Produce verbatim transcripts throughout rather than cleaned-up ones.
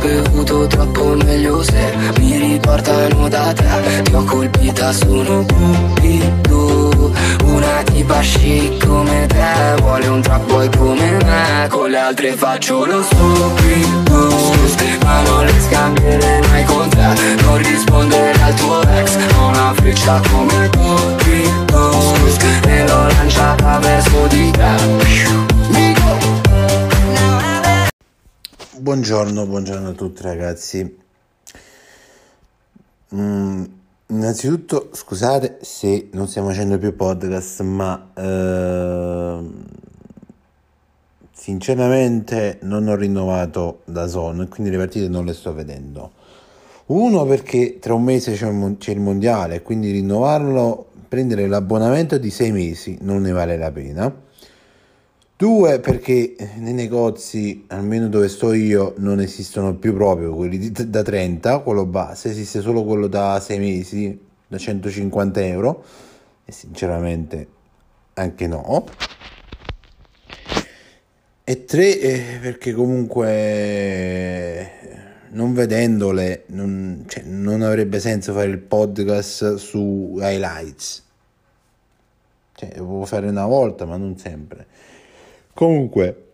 bevuto troppo, meglio se mi riportano da te. Ti ho colpita, sono cupido, una tipa chic come te, vuole un trap boy come me, con le altre faccio lo stupido, ma non le scambierei mai con te. Non rispondere al tuo ex, ho una freccia come Cupido e l'ho lanciata verso di te. Buongiorno, buongiorno a tutti ragazzi. Mm, innanzitutto scusate se non stiamo facendo più podcast, ma eh, sinceramente non ho rinnovato da Zone e quindi le partite non le sto vedendo. Uno, perché tra un mese c'è, un, c'è il mondiale, quindi rinnovarlo, prendere l'abbonamento di sei mesi non ne vale la pena. Due, perché nei negozi, almeno dove sto io, non esistono più proprio quelli di, da trenta, quello base, esiste solo quello da sei mesi, da centocinquanta euro, e sinceramente anche no. E tre, eh, perché comunque non vedendole non, cioè, non avrebbe senso fare il podcast su highlights. Cioè, lo puedo fare una volta, ma non sempre. Comunque,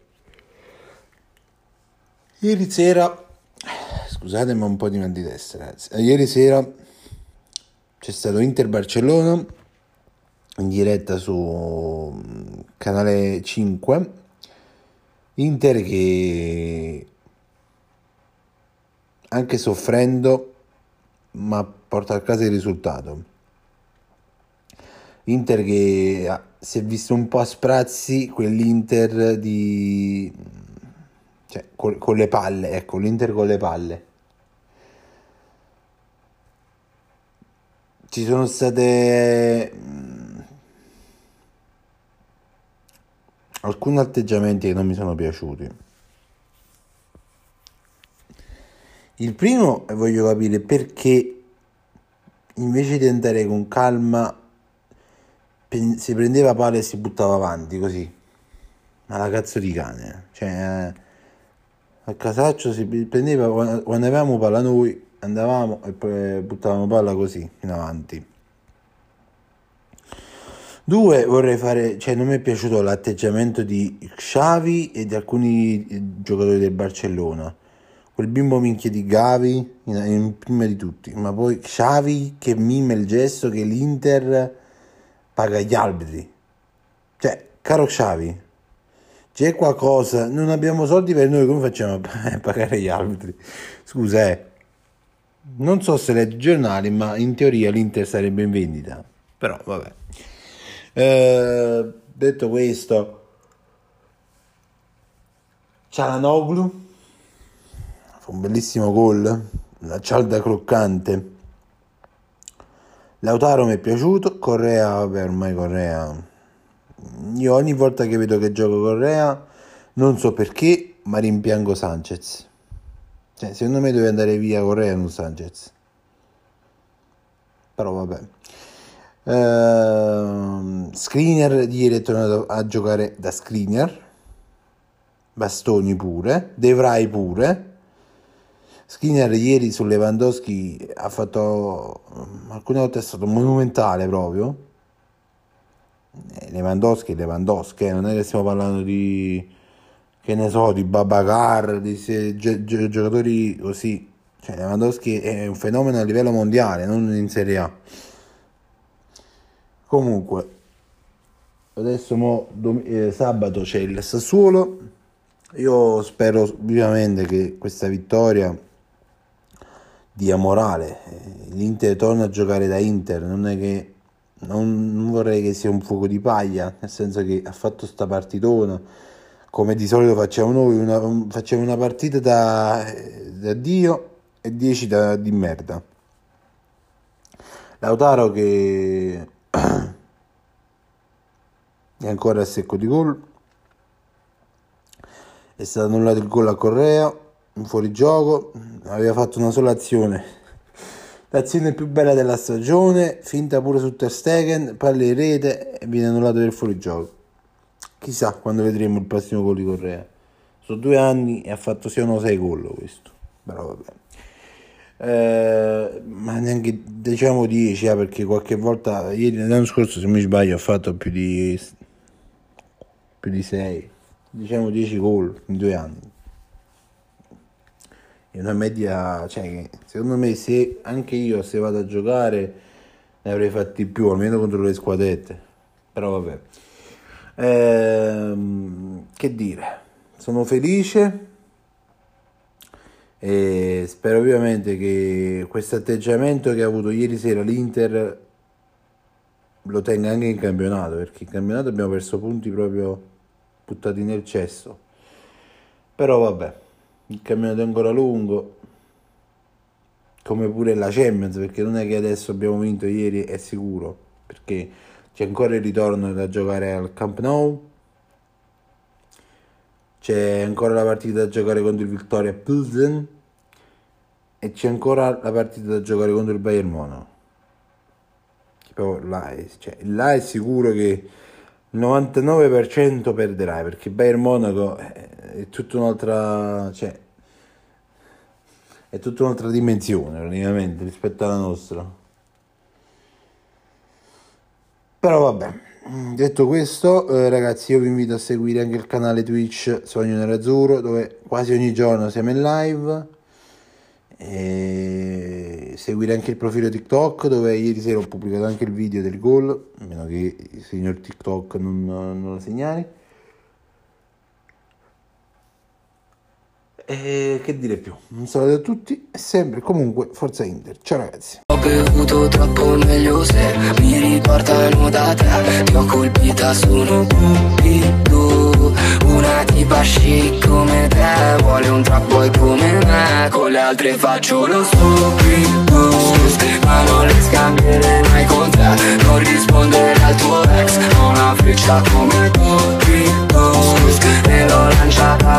ieri sera, scusatemi un po' di mal di testa ragazzi, ieri sera c'è stato Inter-Barcellona in diretta su canale cinque, Inter che anche soffrendo ma porta a casa il risultato. Inter che si è visto un po' a sprazzi, quell'Inter di cioè con, con le palle, ecco, l'Inter con le palle. Ci sono state mh, alcuni atteggiamenti che non mi sono piaciuti. Il primo, e voglio capire perché invece di andare con calma si prendeva palla e si buttava avanti così, alla cazzo di cane. Cioè a casaccio si prendeva, quando avevamo palla noi andavamo e poi buttavamo palla così in avanti. Due, vorrei fare, cioè non mi è piaciuto l'atteggiamento di Xavi e di alcuni giocatori del Barcellona. Quel bimbo minchia di Gavi in, in prima di tutti, ma poi Xavi che mime il gesto che l'Inter paga gli arbitri. Cioè, caro Xavi, c'è qualcosa, non abbiamo soldi per noi, come facciamo a pagare gli arbitri? Scusa, eh. Non so se leggi i giornali, ma in teoria l'Inter sarebbe in vendita. Però, vabbè. Eh, detto questo, Çalhanoğlu fa un bellissimo gol, la cialda croccante. Lautaro mi è piaciuto, Correa, vabbè, ormai Correa, io ogni volta che vedo che gioco Correa non so perché, ma rimpiango Sanchez. Cioè, secondo me deve andare via Correa, non Sanchez. Però vabbè. Uh, Skriniar ieri è tornato a giocare da Skriniar, Bastoni pure, De Vrij pure. Skriniar ieri su Lewandowski ha fatto, alcune volte è stato monumentale proprio. Lewandowski Lewandowski, non è che stiamo parlando di, che ne so, di Babacar, di se, gi- gi- giocatori così. Cioè Lewandowski è un fenomeno a livello mondiale, non in Serie A. Comunque adesso mo, dom- eh, sabato c'è il Sassuolo. Io spero vivamente che questa vittoria dia morale, l'Inter torna a giocare da Inter, non è che non, non vorrei che sia un fuoco di paglia, nel senso che ha fatto sta partitona come di solito facciamo noi, una, facciamo una partita da, da Dio e dieci da, di merda. Lautaro che è ancora a secco di gol, è stato annullato il gol a Correa, un fuorigioco, aveva fatto una sola azione, l'azione più bella della stagione, finta pure su Ter Stegen, palla in rete e viene annullato per fuorigioco. Chissà quando vedremo il prossimo gol di Correa. Sono due anni e ha fatto sei o sei gol questo. però vabbè. Eh, ma neanche diciamo dieci, eh, perché qualche volta, ieri l'anno scorso se mi sbaglio ho fatto più di più di sei, diciamo dieci gol in due anni. È una media, cioè, secondo me se anche io se vado a giocare ne avrei fatti più, almeno contro le squadrette, però vabbè. Ehm, che dire, sono felice e spero ovviamente che questo atteggiamento che ha avuto ieri sera l'Inter lo tenga anche in campionato, perché in campionato abbiamo perso punti proprio buttati nel cesso. Però vabbè, il campionato è ancora lungo, come pure la Champions, perché non è che adesso abbiamo vinto ieri, è sicuro, perché c'è ancora il ritorno da giocare al Camp Nou, c'è ancora la partita da giocare contro il Victoria Pilsen e c'è ancora la partita da giocare contro il Bayern Monaco. Là è, cioè, là è sicuro che il novantanove per cento perderai, perché il Bayern Monaco è, è tutta un'altra, cioè, è tutta un'altra dimensione praticamente rispetto alla nostra. Però vabbè, detto questo, eh, ragazzi, io vi invito a seguire anche il canale Twitch Sogno Nerazzurro, dove quasi ogni giorno siamo in live, e seguire anche il profilo TikTok, dove ieri sera ho pubblicato anche il video del gol, a meno che il signor TikTok non, non lo segnali. E che dire più, un saluto a tutti e sempre comunque Forza Inter, ciao ragazzi. Ho bevuto troppo meglio se mi riportano da te, ti ho colpita, sono cupido, una tipa chic come te, vuole un trap boy come me, con le altre faccio lo stupido, ma non le scambierei mai con te, non rispondere al tuo ex, ho una freccia come cupido, e l'ho lanciata